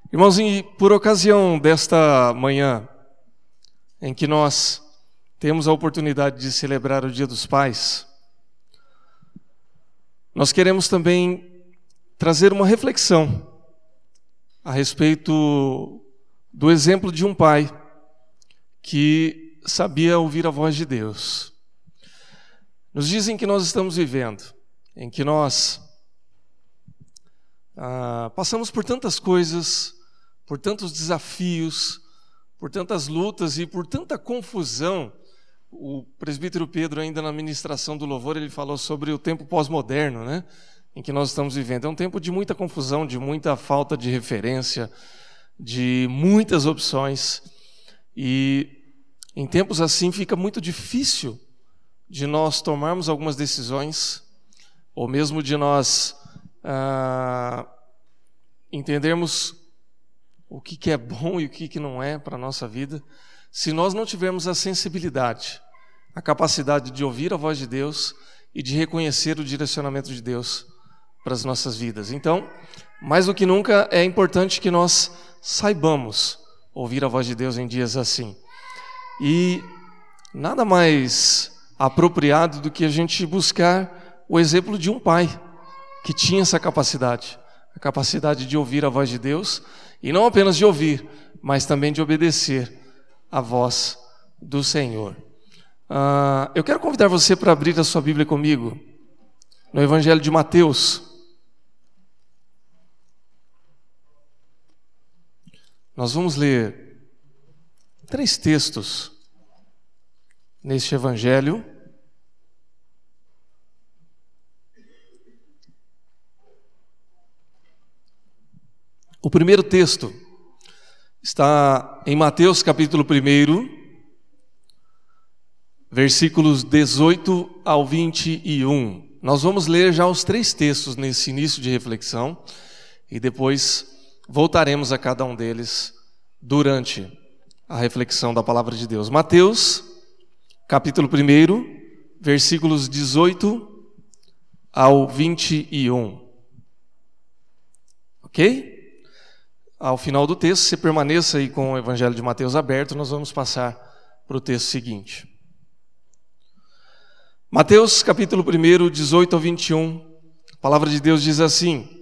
Irmãos, e por ocasião desta manhã, em que nós temos a oportunidade de celebrar o Dia dos Pais, nós queremos também trazer uma reflexão a respeito do exemplo de um pai que sabia ouvir a voz de Deus. Nos dizem que nós estamos vivendo, em que nós passamos por tantas coisas, por tantos desafios, por tantas lutas e por tanta confusão. O presbítero Pedro, ainda na ministração do louvor, ele falou sobre o tempo pós-moderno, né, em que nós estamos vivendo. É um tempo de muita confusão, de muita falta de referência, de muitas opções. E em tempos assim fica muito difícil de nós tomarmos algumas decisões, ou mesmo de nós entendermos o que é bom e o que não é para a nossa vida, se nós não tivermos a sensibilidade, a capacidade de ouvir a voz de Deus e de reconhecer o direcionamento de Deus para as nossas vidas. Então, mais do que nunca, é importante que nós saibamos ouvir a voz de Deus em dias assim. E nada mais apropriado do que a gente buscar o exemplo de um pai que tinha essa capacidade, a capacidade de ouvir a voz de Deus, e não apenas de ouvir, mas também de obedecer a voz do Senhor. Eu quero convidar você para abrir a sua Bíblia comigo, no Evangelho de Mateus. Nós vamos ler 3 textos neste Evangelho. O primeiro texto está em Mateus capítulo 1, versículos 18 ao 21. Nós vamos ler já os 3 textos nesse início de reflexão e depois voltaremos a cada um deles durante a reflexão da palavra de Deus. Mateus capítulo 1, versículos 18 ao 21. Ok? Ao final do texto, você permaneça aí com o Evangelho de Mateus aberto, nós vamos passar para o texto seguinte. Mateus capítulo 1, 18 ao 21, a palavra de Deus diz assim: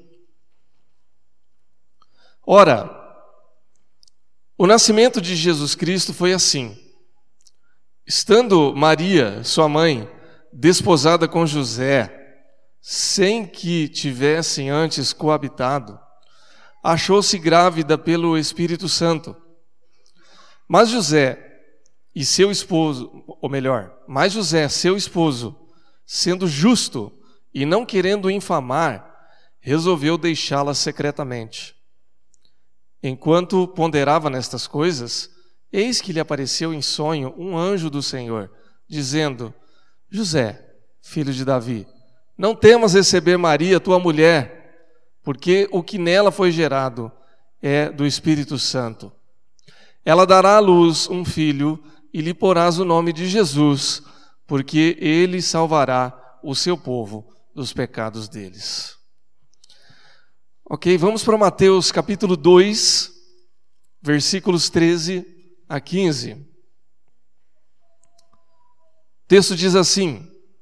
Ora, o nascimento de Jesus Cristo foi assim. Estando Maria, sua mãe, desposada com José, sem que tivessem antes coabitado, achou-se grávida pelo Espírito Santo. Mas José, seu esposo, sendo justo e não querendo infamar, resolveu deixá-la secretamente. Enquanto ponderava nestas coisas, eis que lhe apareceu em sonho um anjo do Senhor, dizendo: José, filho de Davi, não temas receber Maria, tua mulher, porque o que nela foi gerado é do Espírito Santo. Ela dará à luz um filho e lhe porás o nome de Jesus, porque ele salvará o seu povo dos pecados deles. Ok, vamos para Mateus capítulo 2, versículos 13 a 15. O texto diz assim: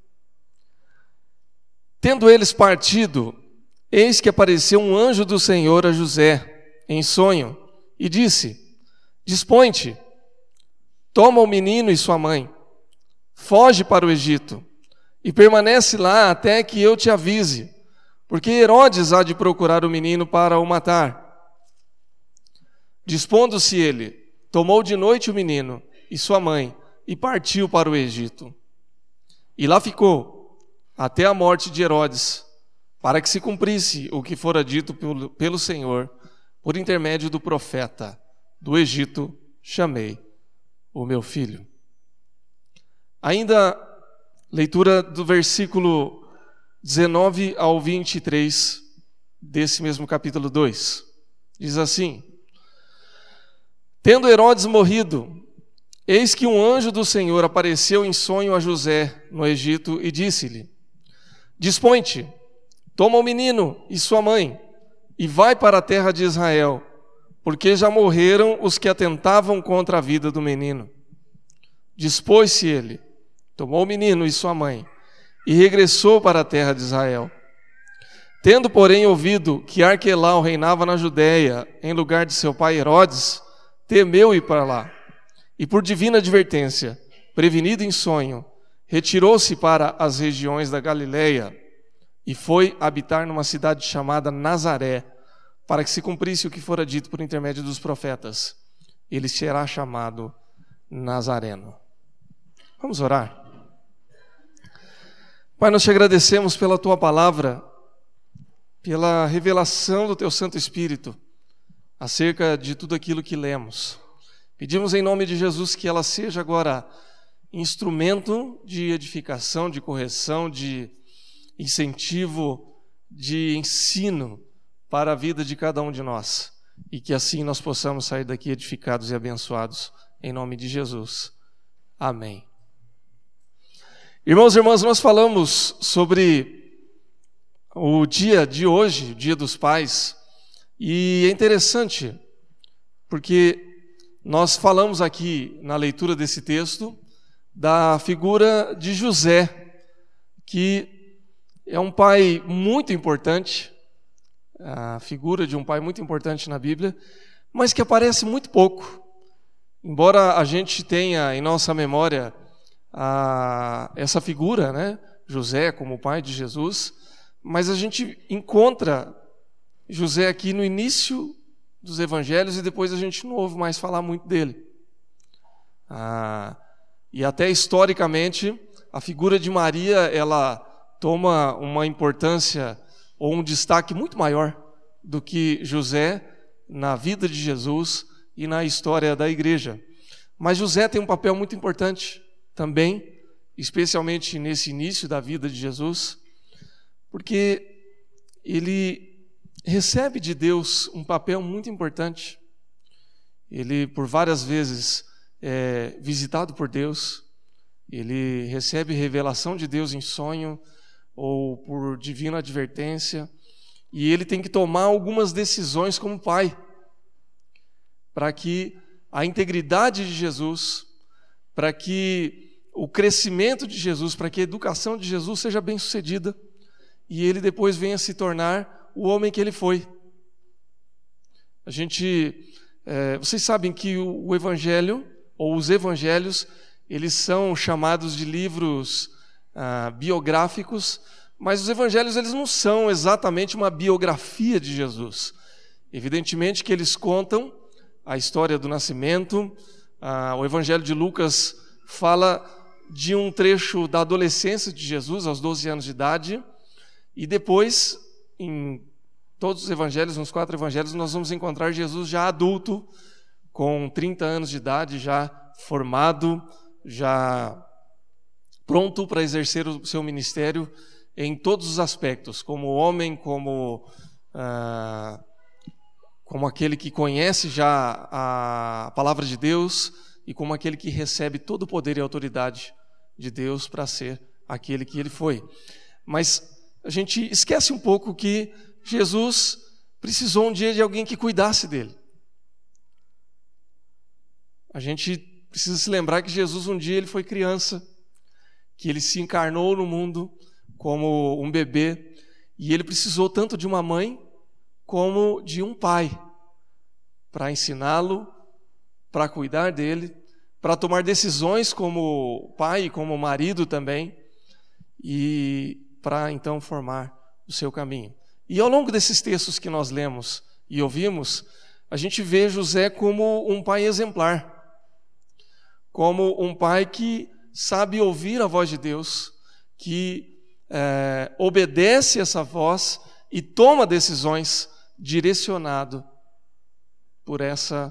Tendo eles partido, eis que apareceu um anjo do Senhor a José, em sonho, e disse: Dispõe-te, toma o menino e sua mãe, foge para o Egito, e permanece lá até que eu te avise, porque Herodes há de procurar o menino para o matar. Dispondo-se ele, tomou de noite o menino e sua mãe, e partiu para o Egito. E lá ficou, até a morte de Herodes, para que se cumprisse o que fora dito pelo Senhor, por intermédio do profeta: do Egito chamei o meu filho. Ainda leitura do versículo 19 ao 23 desse mesmo capítulo 2. Diz assim: Tendo Herodes morrido, eis que um anjo do Senhor apareceu em sonho a José no Egito e disse-lhe: Dispõe-te, toma o menino e sua mãe, e vai para a terra de Israel, porque já morreram os que atentavam contra a vida do menino. Dispôs-se ele, tomou o menino e sua mãe, e regressou para a terra de Israel. Tendo, porém, ouvido que Arquelau reinava na Judéia, em lugar de seu pai Herodes, temeu ir para lá. E por divina advertência, prevenido em sonho, retirou-se para as regiões da Galileia e foi habitar numa cidade chamada Nazaré, para que se cumprisse o que fora dito por intermédio dos profetas. Ele será chamado Nazareno. Vamos orar? Pai, nós te agradecemos pela tua palavra, pela revelação do teu Santo Espírito acerca de tudo aquilo que lemos. Pedimos em nome de Jesus que ela seja agora instrumento de edificação, de correção, de incentivo, de ensino para a vida de cada um de nós. E que assim nós possamos sair daqui edificados e abençoados, em nome de Jesus. Amém. Irmãos e irmãs, nós falamos sobre o dia de hoje, o Dia dos Pais, e é interessante, porque nós falamos aqui na leitura desse texto da figura de José, que é um pai muito importante, a figura de um pai muito importante na Bíblia, mas que aparece muito pouco. Embora a gente tenha em nossa memória essa figura, né, José como pai de Jesus, mas a gente encontra José aqui no início dos evangelhos e depois a gente não ouve mais falar muito dele. E até historicamente, a figura de Maria, ela toma uma importância ou um destaque muito maior do que José na vida de Jesus e na história da igreja. Mas José tem um papel muito importante também, especialmente nesse início da vida de Jesus, porque ele recebe de Deus um papel muito importante. Ele, por várias vezes, é visitado por Deus, ele recebe revelação de Deus em sonho ou por divina advertência, e ele tem que tomar algumas decisões como pai, para que a integridade de Jesus, para que o crescimento de Jesus, para que a educação de Jesus seja bem sucedida, e ele depois venha se tornar o homem que ele foi. Vocês sabem que o Evangelho, ou os Evangelhos, eles são chamados de livros biográficos, mas os Evangelhos eles não são exatamente uma biografia de Jesus. Evidentemente que eles contam a história do nascimento. O Evangelho de Lucas fala de um trecho da adolescência de Jesus, aos 12 anos de idade, e depois, em todos os evangelhos, nos 4 evangelhos, nós vamos encontrar Jesus já adulto, com 30 anos de idade, já formado, já pronto para exercer o seu ministério em todos os aspectos, como homem, como aquele que conhece já a palavra de Deus e como aquele que recebe todo o poder e autoridade de Deus para ser aquele que ele foi. Mas a gente esquece um pouco que Jesus precisou um dia de alguém que cuidasse dele. A gente precisa se lembrar que Jesus um dia ele foi criança, que ele se encarnou no mundo como um bebê, e ele precisou tanto de uma mãe como de um pai para ensiná-lo, para cuidar dele, para tomar decisões como pai e como marido também, e para então formar o seu caminho. E ao longo desses textos que nós lemos e ouvimos, a gente vê José como um pai exemplar, como um pai que sabe ouvir a voz de Deus, que obedece essa voz e toma decisões direcionado por essa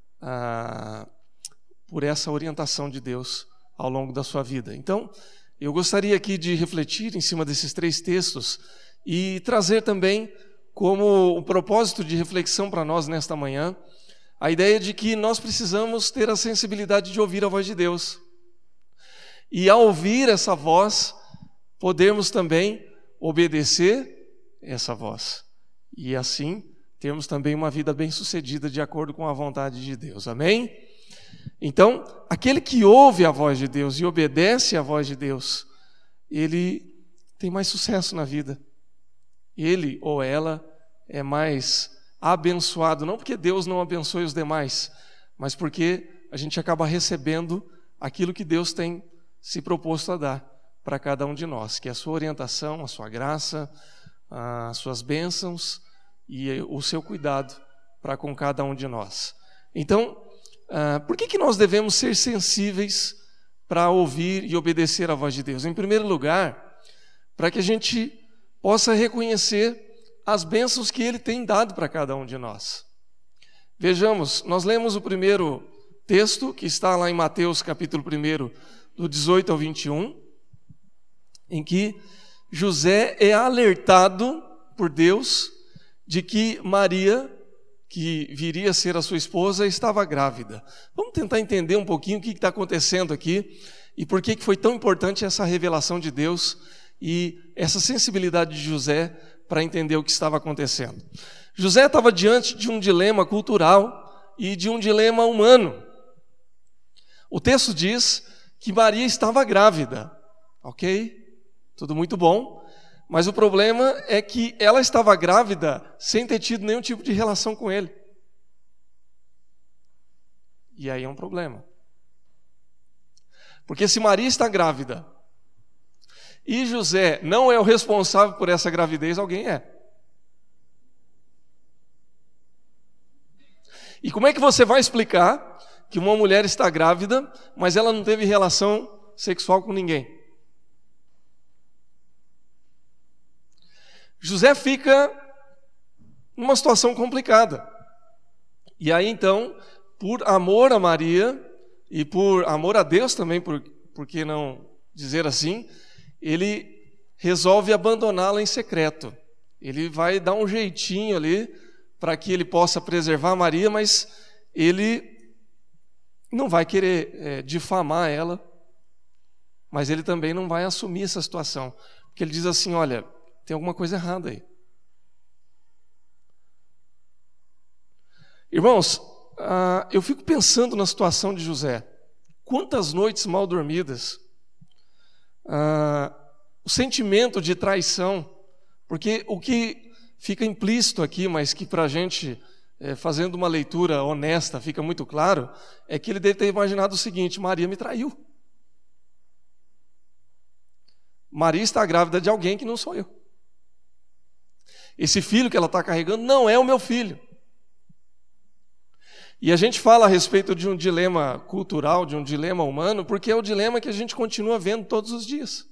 orientação de Deus ao longo da sua vida. Então, eu gostaria aqui de refletir em cima desses 3 textos e trazer também como um propósito de reflexão para nós nesta manhã a ideia de que nós precisamos ter a sensibilidade de ouvir a voz de Deus. E ao ouvir essa voz, podermos também obedecer essa voz. E assim termos também uma vida bem-sucedida de acordo com a vontade de Deus. Amém? Então, aquele que ouve a voz de Deus e obedece à voz de Deus, ele tem mais sucesso na vida. Ele ou ela é mais abençoado, não porque Deus não abençoe os demais, mas porque a gente acaba recebendo aquilo que Deus tem se proposto a dar para cada um de nós, que é a sua orientação, a sua graça, as suas bênçãos e o seu cuidado para com cada um de nós. Então, por que nós devemos ser sensíveis para ouvir e obedecer à voz de Deus? Em primeiro lugar, para que a gente possa reconhecer as bênçãos que Ele tem dado para cada um de nós. Vejamos, nós lemos o primeiro texto, que está lá em Mateus capítulo 1, do 18 ao 21, em que José é alertado por Deus de que Maria, que viria a ser a sua esposa, estava grávida. Vamos tentar entender um pouquinho o que está acontecendo aqui e por que foi tão importante essa revelação de Deus e essa sensibilidade de José para entender o que estava acontecendo. José estava diante de um dilema cultural e de um dilema humano. O texto diz que Maria estava grávida, ok? Tudo muito bom, mas o problema é que ela estava grávida sem ter tido nenhum tipo de relação com ele. E aí é um problema. Porque se Maria está grávida e José não é o responsável por essa gravidez, alguém é. E como é que você vai explicar que uma mulher está grávida, mas ela não teve relação sexual com ninguém? José fica numa situação complicada. E aí então, por amor a Maria e por amor a Deus também, por que não dizer assim, ele resolve abandoná-la em secreto. Ele vai dar um jeitinho ali para que ele possa preservar Maria, mas ele não vai querer difamar ela, mas ele também não vai assumir essa situação. Porque ele diz assim, olha, tem alguma coisa errada aí. Irmãos, eu fico pensando na situação de José. Quantas noites mal dormidas, o sentimento de traição, porque o que fica implícito aqui, mas que para a gente, fazendo uma leitura honesta, fica muito claro, é que ele deve ter imaginado o seguinte: Maria me traiu. Maria está grávida de alguém que não sou eu. Esse filho que ela está carregando não é o meu filho. E a gente fala a respeito de um dilema cultural, de um dilema humano, porque é o dilema que a gente continua vendo todos os dias.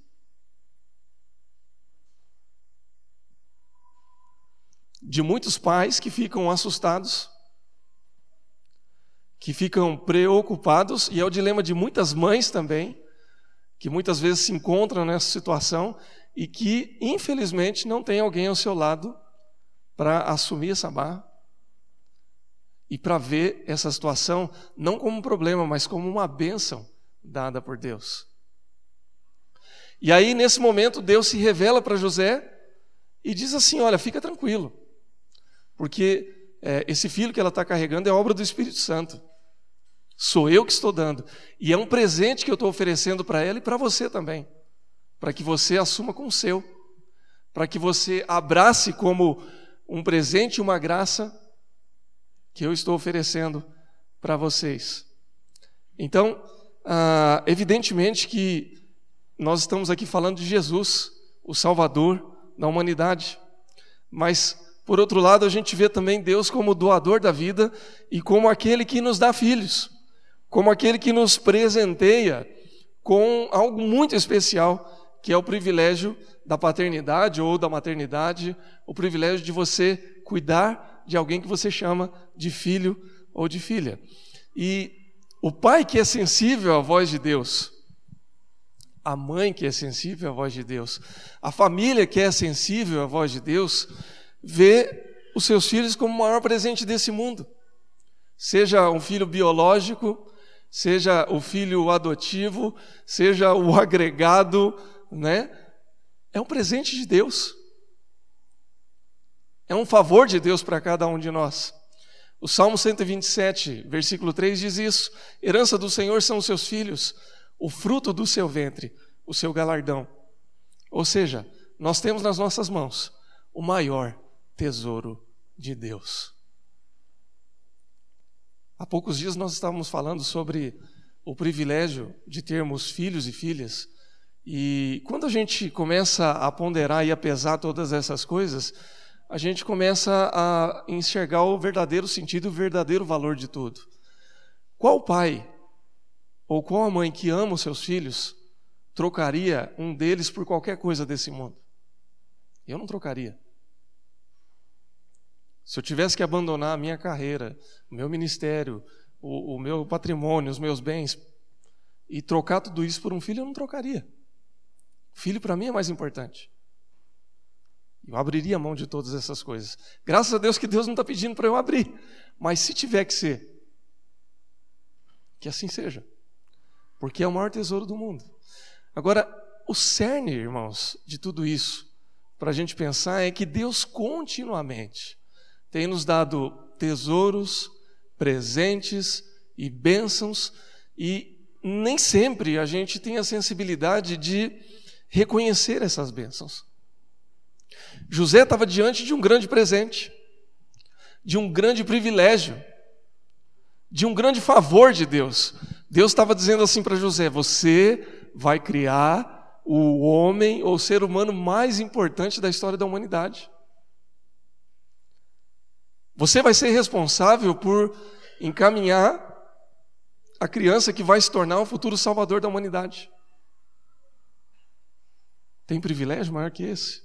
De muitos pais que ficam assustados, que ficam preocupados, e é o dilema de muitas mães também, que muitas vezes se encontram nessa situação e que, infelizmente, não tem alguém ao seu lado para assumir essa barra e para ver essa situação não como um problema, mas como uma bênção dada por Deus. E aí, nesse momento, Deus se revela para José e diz assim, olha, fica tranquilo, porque esse filho que ela está carregando é obra do Espírito Santo. Sou eu que estou dando. E é um presente que eu estou oferecendo para ela e para você também, para que você assuma como seu, para que você abrace como um presente e uma graça que eu estou oferecendo para vocês. Então, evidentemente que nós estamos aqui falando de Jesus, o Salvador da humanidade, mas, por outro lado, a gente vê também Deus como doador da vida e como aquele que nos dá filhos, como aquele que nos presenteia com algo muito especial, que é o privilégio da paternidade ou da maternidade, o privilégio de você cuidar de alguém que você chama de filho ou de filha. E o pai que é sensível à voz de Deus, a mãe que é sensível à voz de Deus, a família que é sensível à voz de Deus, vê os seus filhos como o maior presente desse mundo. Seja um filho biológico, seja o filho adotivo, seja o agregado, né? É um presente de Deus. É um favor de Deus para cada um de nós. O Salmo 127, versículo 3 diz isso: herança do Senhor são os seus filhos, o fruto do seu ventre, o seu galardão. Ou seja, nós temos nas nossas mãos o maior tesouro de Deus. Há poucos dias nós estávamos falando sobre o privilégio de termos filhos e filhas, e quando a gente começa a ponderar e a pesar todas essas coisas, a gente começa a enxergar o verdadeiro sentido e o verdadeiro valor de tudo. Qual pai ou qual mãe que ama os seus filhos trocaria um deles por qualquer coisa desse mundo? Eu não trocaria. Se eu tivesse que abandonar a minha carreira, o meu ministério, o meu patrimônio, os meus bens, e trocar tudo isso por um filho, eu não trocaria. O filho para mim é mais importante. Eu abriria a mão de todas essas coisas. Graças a Deus que Deus não está pedindo para eu abrir. Mas se tiver que ser, que assim seja. Porque é o maior tesouro do mundo. Agora, o cerne, irmãos, de tudo isso, para a gente pensar, é que Deus continuamente tem nos dado tesouros, presentes e bênçãos, e nem sempre a gente tem a sensibilidade de reconhecer essas bênçãos. José estava diante de um grande presente, de um grande privilégio, de um grande favor de Deus. Deus estava dizendo assim para José: você vai criar o homem ou ser humano mais importante da história da humanidade. Você vai ser responsável por encaminhar a criança que vai se tornar o futuro salvador da humanidade. Tem privilégio maior que esse?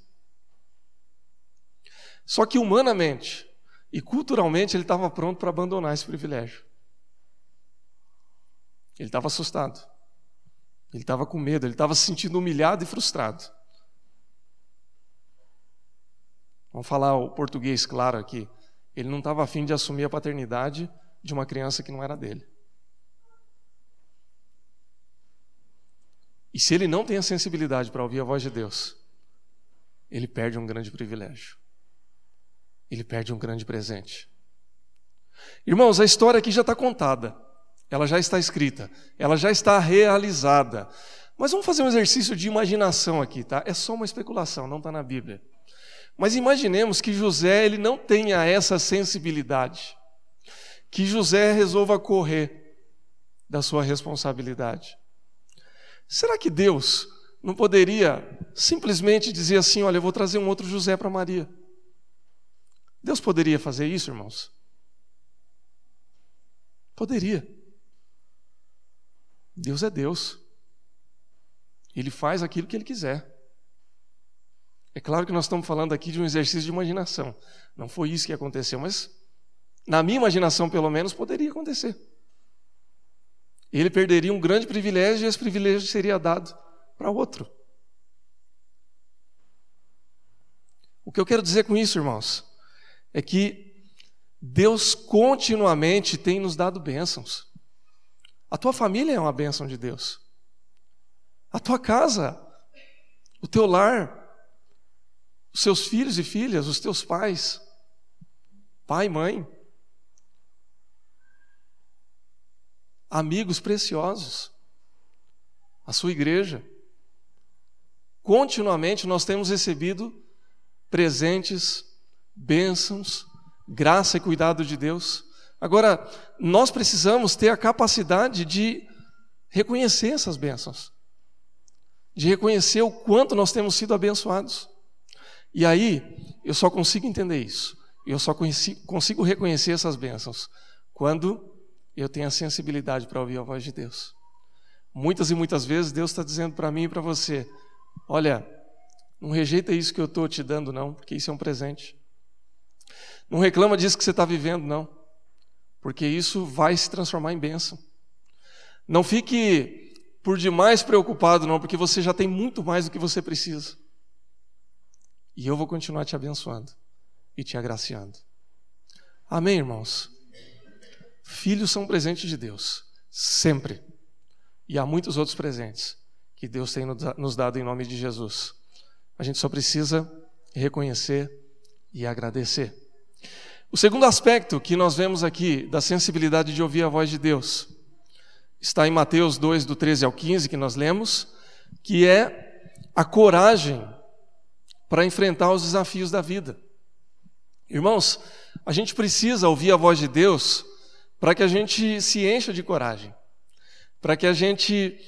Só que humanamente e culturalmente ele estava pronto para abandonar esse privilégio. Ele estava assustado. Ele estava com medo, ele estava se sentindo humilhado e frustrado. Vamos falar o português claro aqui. Ele não estava a fim de assumir a paternidade de uma criança que não era dele. E se ele não tem a sensibilidade para ouvir a voz de Deus, ele perde um grande privilégio. Ele perde um grande presente. Irmãos, a história aqui já está contada. Ela já está escrita. Ela já está realizada. Mas vamos fazer um exercício de imaginação aqui, tá? É só uma especulação, não está na Bíblia. Mas imaginemos que José ele não tenha essa sensibilidade. Que José resolva correr da sua responsabilidade. Será que Deus não poderia simplesmente dizer assim: olha, eu vou trazer um outro José para Maria? Deus poderia fazer isso, irmãos? Poderia. Deus é Deus. Ele faz aquilo que Ele quiser. É claro que nós estamos falando aqui de um exercício de imaginação. Não foi isso que aconteceu, mas na minha imaginação, pelo menos, poderia acontecer. Ele perderia um grande privilégio e esse privilégio seria dado para outro. O que eu quero dizer com isso, irmãos, é que Deus continuamente tem nos dado bênçãos. A tua família é uma bênção de Deus. A tua casa, o teu lar, os seus filhos e filhas, os teus pais, pai e mãe, amigos preciosos, a sua igreja. Continuamente nós temos recebido presentes, bênçãos, graça e cuidado de Deus. Agora, nós precisamos ter a capacidade de reconhecer essas bênçãos, de reconhecer o quanto nós temos sido abençoados. E aí, eu só consigo entender isso, eu só consigo reconhecer essas bênçãos quando eu tenho a sensibilidade para ouvir a voz de Deus. Muitas e muitas vezes Deus está dizendo para mim e para você: olha, não rejeita isso que eu estou te dando não, porque isso é um presente. Não reclama disso que você está vivendo não, porque isso vai se transformar em bênção. Não fique por demais preocupado não, porque você já tem muito mais do que você precisa. E eu vou continuar te abençoando e te agraciando. Amém, irmãos? Filhos são presentes de Deus, sempre. E há muitos outros presentes que Deus tem nos dado em nome de Jesus. A gente só precisa reconhecer e agradecer. O segundo aspecto que nós vemos aqui da sensibilidade de ouvir a voz de Deus está em Mateus 2, do 13 ao 15, que nós lemos, que é a coragem para enfrentar os desafios da vida. Irmãos, a gente precisa ouvir a voz de Deus para que a gente se encha de coragem, para que a gente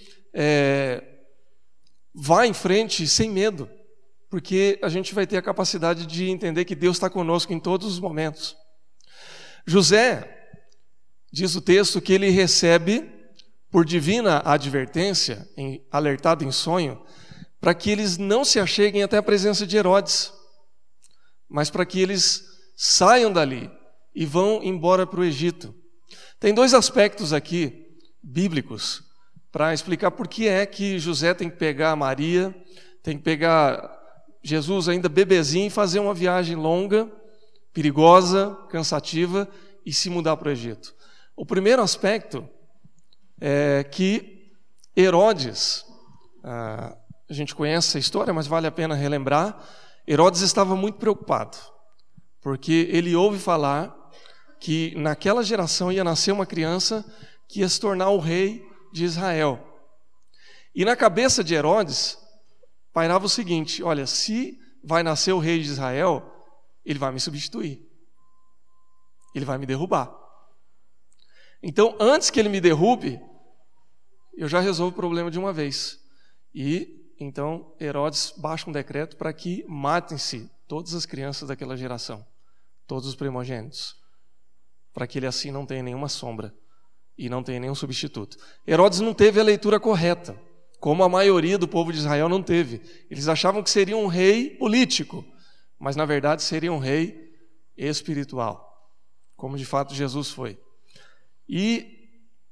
vá em frente sem medo, porque a gente vai ter a capacidade de entender que Deus está conosco em todos os momentos. José, diz o texto, que ele recebe, por divina advertência, alertado em sonho, para que eles não se acheguem até a presença de Herodes, mas para que eles saiam dali e vão embora para o Egito. Tem dois aspectos aqui, bíblicos, para explicar por que é que José tem que pegar Maria, tem que pegar Jesus ainda bebezinho e fazer uma viagem longa, perigosa, cansativa e se mudar para o Egito. O primeiro aspecto é que Herodes, a gente conhece essa história, mas vale a pena relembrar, Herodes estava muito preocupado, porque ele ouve falar que naquela geração ia nascer uma criança que ia se tornar o rei de Israel. E na cabeça de Herodes pairava o seguinte: olha, se vai nascer o rei de Israel, ele vai me substituir, ele vai me derrubar. Então, antes que ele me derrube, eu já resolvo o problema de uma vez. E então Herodes baixa um decreto para que matem-se todas as crianças daquela geração, todos os primogênitos, para que ele assim não tenha nenhuma sombra e não tenha nenhum substituto. Herodes não teve a leitura correta, como a maioria do povo de Israel não teve. Eles achavam que seria um rei político, mas na verdade seria um rei espiritual, como de fato Jesus foi. E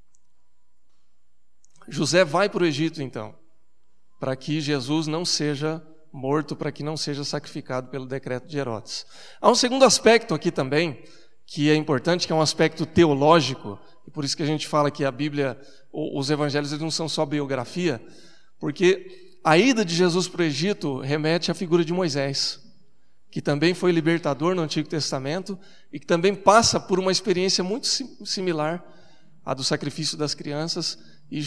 José vai para o Egito então, para que Jesus não seja morto, para que não seja sacrificado pelo decreto de Herodes. Há um segundo aspecto aqui também, que é importante, que é um aspecto teológico, e por isso que a gente fala que a Bíblia, os evangelhos, eles não são só biografia, porque a ida de Jesus para o Egito remete à figura de Moisés, que também foi libertador no Antigo Testamento e que também passa por uma experiência muito similar à do sacrifício das crianças, e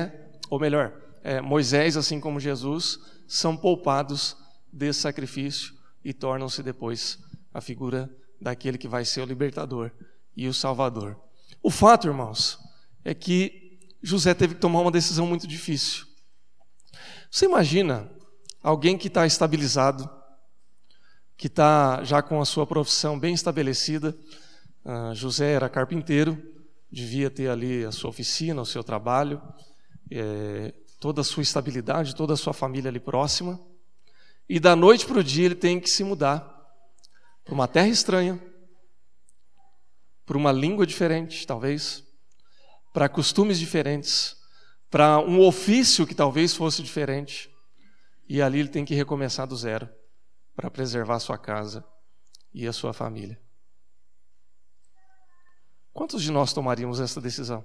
Moisés, assim como Jesus, são poupados desse sacrifício e tornam-se depois a figura daquele que vai ser o libertador e o salvador. O fato, irmãos, é que José teve que tomar uma decisão muito difícil. Você imagina alguém que está estabilizado, que está já com a sua profissão bem estabelecida. José era carpinteiro, devia ter ali a sua oficina, o seu trabalho, toda a sua estabilidade, toda a sua família ali próxima. E da noite para o dia ele tem que se mudar para uma terra estranha, para uma língua diferente, talvez, para costumes diferentes, para um ofício que talvez fosse diferente. E ali ele tem que recomeçar do zero para preservar a sua casa e a sua família. Quantos de nós tomaríamos essa decisão?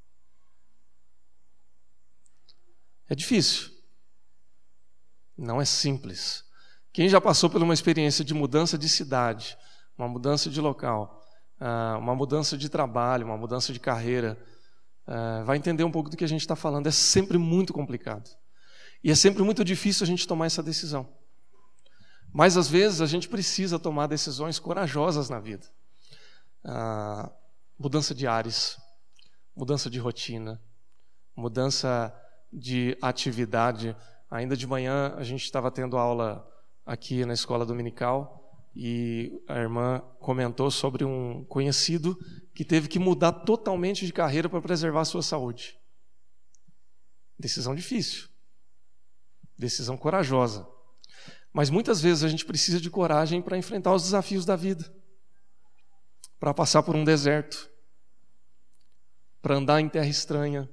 É difícil. Não é simples. Quem já passou por uma experiência de mudança de cidade, uma mudança de local, uma mudança de trabalho, uma mudança de carreira, vai entender um pouco do que a gente está falando. É sempre muito complicado. E é sempre muito difícil a gente tomar essa decisão. Mas às vezes a gente precisa tomar decisões corajosas na vida. Mudança de ares, mudança de rotina, mudança de atividade. Ainda de manhã a gente estava tendo aula aqui na escola dominical e a irmã comentou sobre um conhecido que teve que mudar totalmente de carreira para preservar a sua saúde. Decisão difícil, decisão corajosa. Mas muitas vezes a gente precisa de coragem para enfrentar os desafios da vida, para passar por um deserto, para andar em terra estranha,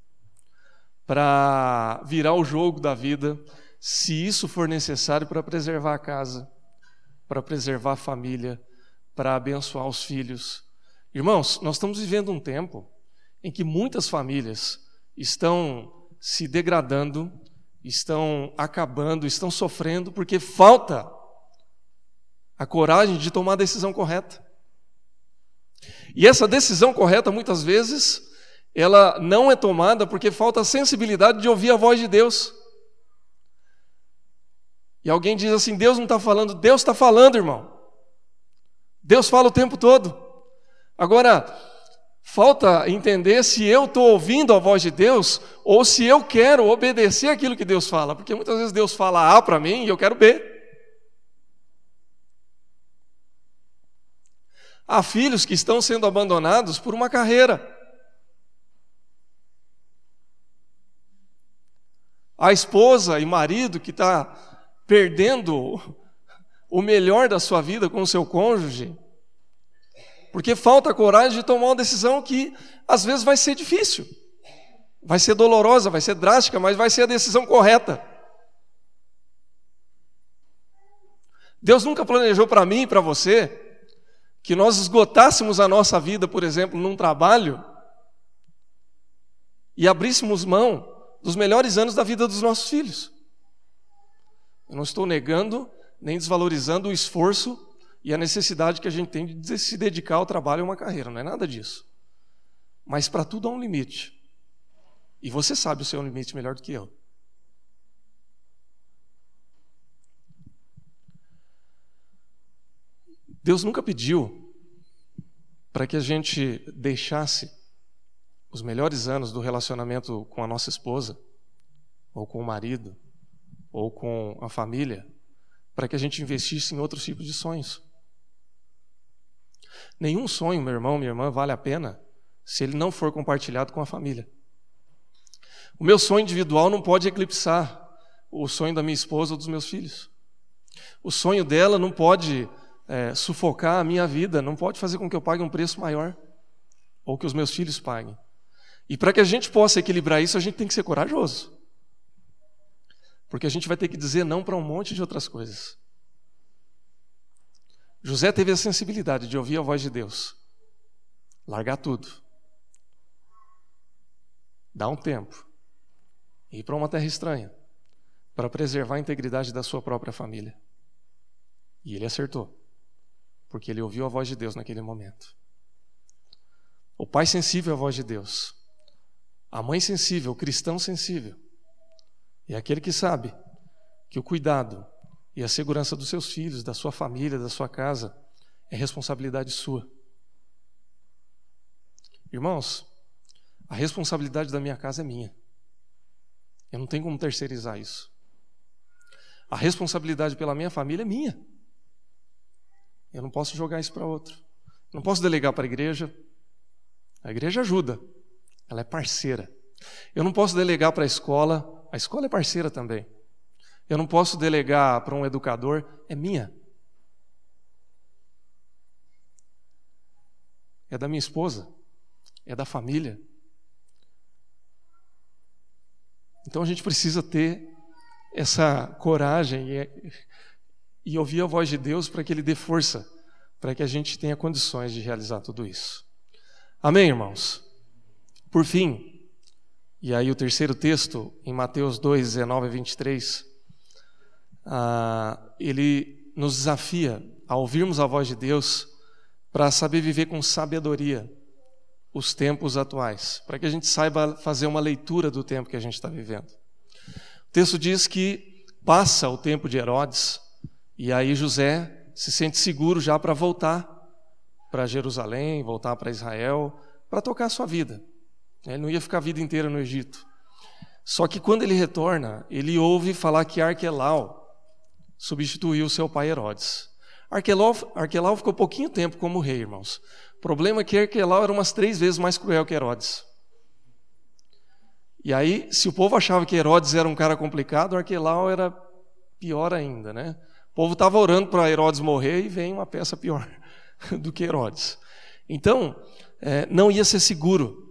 para virar o jogo da vida, se isso for necessário, para preservar a casa, para preservar a família, para abençoar os filhos. Irmãos, nós estamos vivendo um tempo em que muitas famílias estão se degradando, estão acabando, estão sofrendo, porque falta a coragem de tomar a decisão correta. E essa decisão correta, muitas vezes, ela não é tomada porque falta a sensibilidade de ouvir a voz de Deus. E alguém diz assim, Deus não está falando. Deus está falando, irmão. Deus fala o tempo todo. Agora, falta entender se eu estou ouvindo a voz de Deus ou se eu quero obedecer aquilo que Deus fala. Porque muitas vezes Deus fala A para mim e eu quero B. Há filhos que estão sendo abandonados por uma carreira. Há esposa e marido que está perdendo o melhor da sua vida com o seu cônjuge, porque falta coragem de tomar uma decisão que às vezes vai ser difícil, vai ser dolorosa, vai ser drástica, mas vai ser a decisão correta. Deus nunca planejou para mim e para você que nós esgotássemos a nossa vida, por exemplo, num trabalho e abríssemos mão dos melhores anos da vida dos nossos filhos. Eu não estou negando nem desvalorizando o esforço e a necessidade que a gente tem de se dedicar ao trabalho e a uma carreira, não é nada disso. Mas para tudo há um limite. E você sabe o seu limite melhor do que eu. Deus nunca pediu para que a gente deixasse os melhores anos do relacionamento com a nossa esposa, ou com o marido, ou com a família, para que a gente investisse em outros tipos de sonhos. Nenhum sonho, meu irmão, minha irmã, vale a pena se ele não for compartilhado com a família. O meu sonho individual não pode eclipsar o sonho da minha esposa ou dos meus filhos. O sonho dela não pode sufocar a minha vida, não pode fazer com que eu pague um preço maior, ou que os meus filhos paguem. E para que a gente possa equilibrar isso, a gente tem que ser corajoso. Porque a gente vai ter que dizer não para um monte de outras coisas. José teve a sensibilidade de ouvir a voz de Deus, largar tudo, dar um tempo, ir para uma terra estranha, para preservar a integridade da sua própria família. E ele acertou, porque ele ouviu a voz de Deus naquele momento. O pai sensível à voz de Deus, a mãe sensível, o cristão sensível, é aquele que sabe que o cuidado e a segurança dos seus filhos, da sua família, da sua casa, é responsabilidade sua. Irmãos, a responsabilidade da minha casa é minha. Eu não tenho como terceirizar isso. A responsabilidade pela minha família é minha. Eu não posso jogar isso para outro. Não posso delegar para a igreja. A igreja ajuda. Ela é parceira. Eu não posso delegar para a escola é parceira também. Eu não posso delegar para um educador, é minha. É da minha esposa, é da família. Então a gente precisa ter essa coragem e ouvir a voz de Deus para que Ele dê força, para que a gente tenha condições de realizar tudo isso. Amém, irmãos? Por fim, e aí o terceiro texto, em Mateus 2, 19 a 23, ele nos desafia a ouvirmos a voz de Deus para saber viver com sabedoria os tempos atuais, para que a gente saiba fazer uma leitura do tempo que a gente está vivendo. O texto diz que passa o tempo de Herodes, e aí José se sente seguro já para voltar para Jerusalém, voltar para Israel, para tocar a sua vida. Ele não ia ficar a vida inteira no Egito. Só que quando ele retorna, ele ouve falar que Arquelau substituiu seu pai Herodes. Arquelau ficou pouquinho tempo como rei, irmãos. O problema é que Arquelau era umas 3 vezes mais cruel que Herodes. E aí, se o povo achava que Herodes era um cara complicado, Arquelau era pior ainda, né? O povo estava orando para Herodes morrer e vem uma peça pior do que Herodes. Então, não ia ser seguro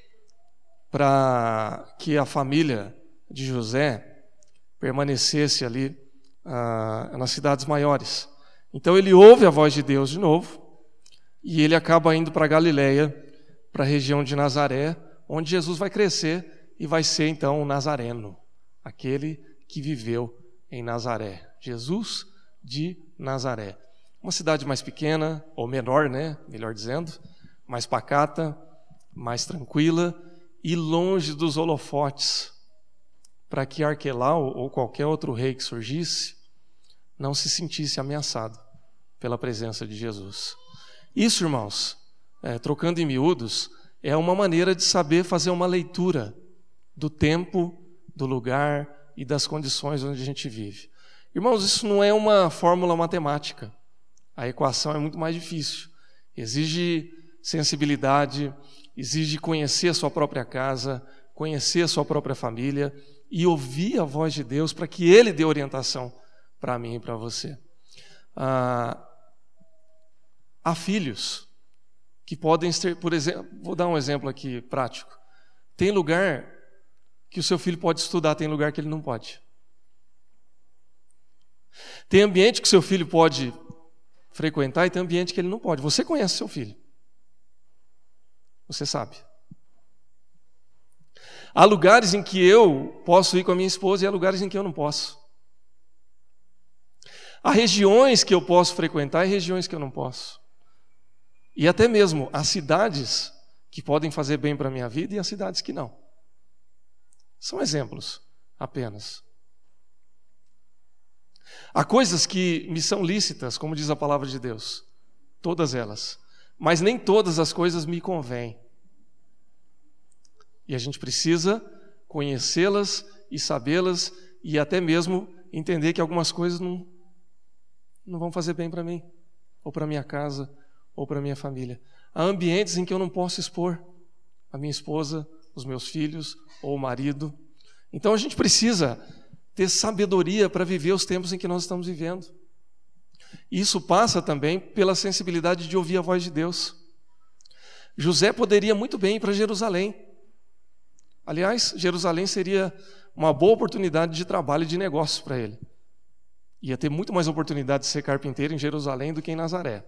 para que a família de José permanecesse ali nas cidades maiores. Então ele ouve a voz de Deus de novo e ele acaba indo para Galileia, para a região de Nazaré, onde Jesus vai crescer e vai ser então o Nazareno, aquele que viveu em Nazaré. Jesus de Nazaré. uma cidade mais pequena, ou menor, né? Melhor dizendo, mais pacata, mais tranquila e longe dos holofotes, para que Arquelau ou qualquer outro rei que surgisse não se sentisse ameaçado pela presença de Jesus. Isso, irmãos, trocando em miúdos, é uma maneira de saber fazer uma leitura do tempo, do lugar e das condições onde a gente vive. Irmãos, isso não é uma fórmula matemática. A equação é muito mais difícil. Exige sensibilidade, exige conhecer a sua própria casa, conhecer a sua própria família e ouvir a voz de Deus para que Ele dê orientação para mim e para você. Há filhos que podem ser, por exemplo, vou dar um exemplo aqui prático. Tem lugar que o seu filho pode estudar, tem lugar que ele não pode. Tem ambiente que o seu filho pode frequentar e tem ambiente que ele não pode. Você conhece seu filho. Você sabe. Há lugares em que eu posso ir com a minha esposa e há lugares em que eu não posso. Há regiões que eu posso frequentar e regiões que eu não posso. E até mesmo há cidades que podem fazer bem para a minha vida e há cidades que não. São exemplos apenas. Há coisas que me são lícitas, como diz a palavra de Deus, todas elas, mas nem todas as coisas me convêm. E a gente precisa conhecê-las e sabê-las e até mesmo entender que algumas coisas não vão fazer bem para mim, ou para minha casa, ou para minha família. Há ambientes em que eu não posso expor a minha esposa, os meus filhos ou o marido. Então a gente precisa ter sabedoria para viver os tempos em que nós estamos vivendo. E isso passa também pela sensibilidade de ouvir a voz de Deus. José poderia muito bem ir para Jerusalém. Aliás, Jerusalém seria uma boa oportunidade de trabalho e de negócio para ele. Ia ter muito mais oportunidade de ser carpinteiro em Jerusalém do que em Nazaré.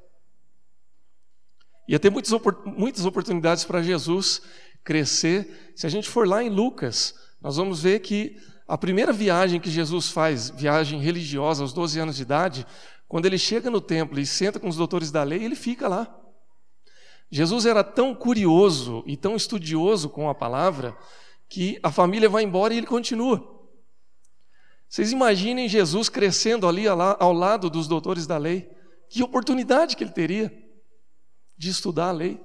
Ia ter muitas oportunidades para Jesus crescer. Se a gente for lá em Lucas, nós vamos ver que a primeira viagem que Jesus faz, viagem religiosa aos 12 anos de idade, quando ele chega no templo e senta com os doutores da lei, ele fica lá. Jesus era tão curioso e tão estudioso com a palavra que a família vai embora e ele continua. Vocês imaginem Jesus crescendo ali ao lado dos doutores da lei. Que oportunidade que ele teria de estudar a lei.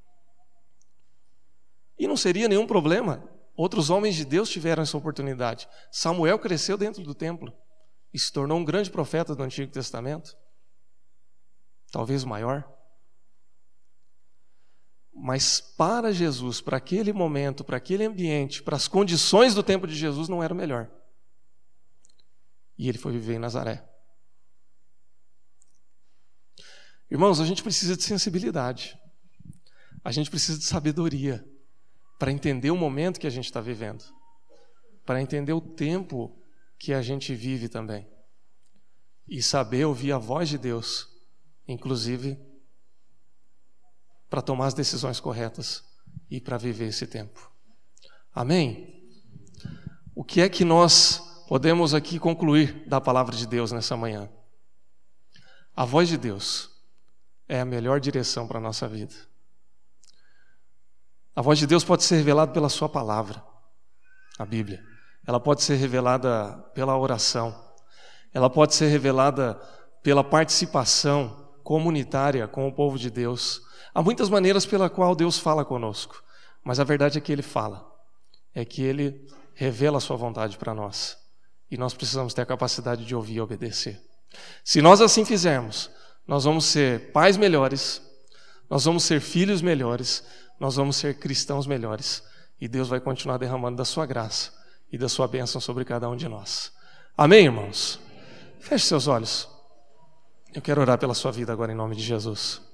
E não seria nenhum problema. Outros homens de Deus tiveram essa oportunidade. Samuel cresceu dentro do templo e se tornou um grande profeta do Antigo Testamento. Talvez o maior. Mas para Jesus, para aquele momento, para aquele ambiente, para as condições do tempo de Jesus, não era o melhor. E ele foi viver em Nazaré. Irmãos, a gente precisa de sensibilidade. A gente precisa de sabedoria para entender o momento que a gente está vivendo. Para entender o tempo que a gente vive também. E saber ouvir a voz de Deus, inclusive para tomar as decisões corretas e para viver esse tempo. Amém? O que é que nós podemos aqui concluir da palavra de Deus nessa manhã? A voz de Deus é a melhor direção para a nossa vida. A voz de Deus pode ser revelada pela sua palavra, a Bíblia. Ela pode ser revelada pela oração. Ela pode ser revelada pela participação comunitária com o povo de Deus. Há muitas maneiras pela qual Deus fala conosco, mas a verdade é que Ele fala, é que Ele revela a sua vontade para nós, e nós precisamos ter a capacidade de ouvir e obedecer. Se nós assim fizermos, nós vamos ser pais melhores, nós vamos ser filhos melhores, nós vamos ser cristãos melhores, e Deus vai continuar derramando da sua graça e da sua bênção sobre cada um de nós. Amém, irmãos? Feche seus olhos. Eu quero orar pela sua vida agora em nome de Jesus.